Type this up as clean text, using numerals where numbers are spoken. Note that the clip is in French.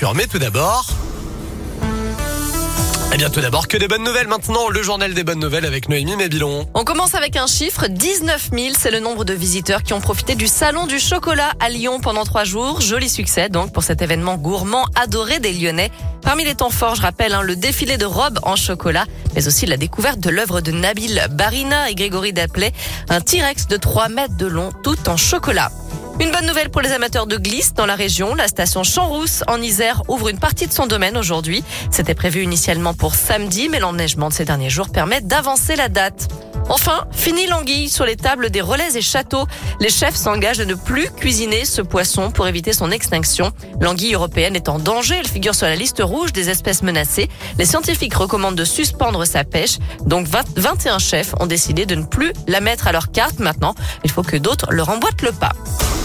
températures. Mais tout d'abord... Eh bien tout d'abord, que des bonnes nouvelles maintenant, le journal des bonnes nouvelles avec Noémie Mébilon. On commence avec un chiffre, 19 000, c'est le nombre de visiteurs qui ont profité du salon du chocolat à Lyon pendant 3 jours. Joli succès donc pour cet événement gourmand adoré des Lyonnais. Parmi les temps forts, je rappelle, le défilé de robes en chocolat, mais aussi la découverte de l'œuvre de Nabil Barina et Grégory Daplet, un T-Rex de 3 mètres de long, tout en chocolat. Une bonne nouvelle pour les amateurs de glisse dans la région. La station Champs-Rousses en Isère ouvre une partie de son domaine aujourd'hui. C'était prévu initialement pour samedi, mais l'enneigement de ces derniers jours permet d'avancer la date. Enfin, fini l'anguille sur les tables des relais et châteaux. Les chefs s'engagent à ne plus cuisiner ce poisson pour éviter son extinction. L'anguille européenne est en danger. Elle figure sur la liste rouge des espèces menacées. Les scientifiques recommandent de suspendre sa pêche. Donc 21 chefs ont décidé de ne plus la mettre à leur carte maintenant. Il faut que d'autres leur emboîtent le pas.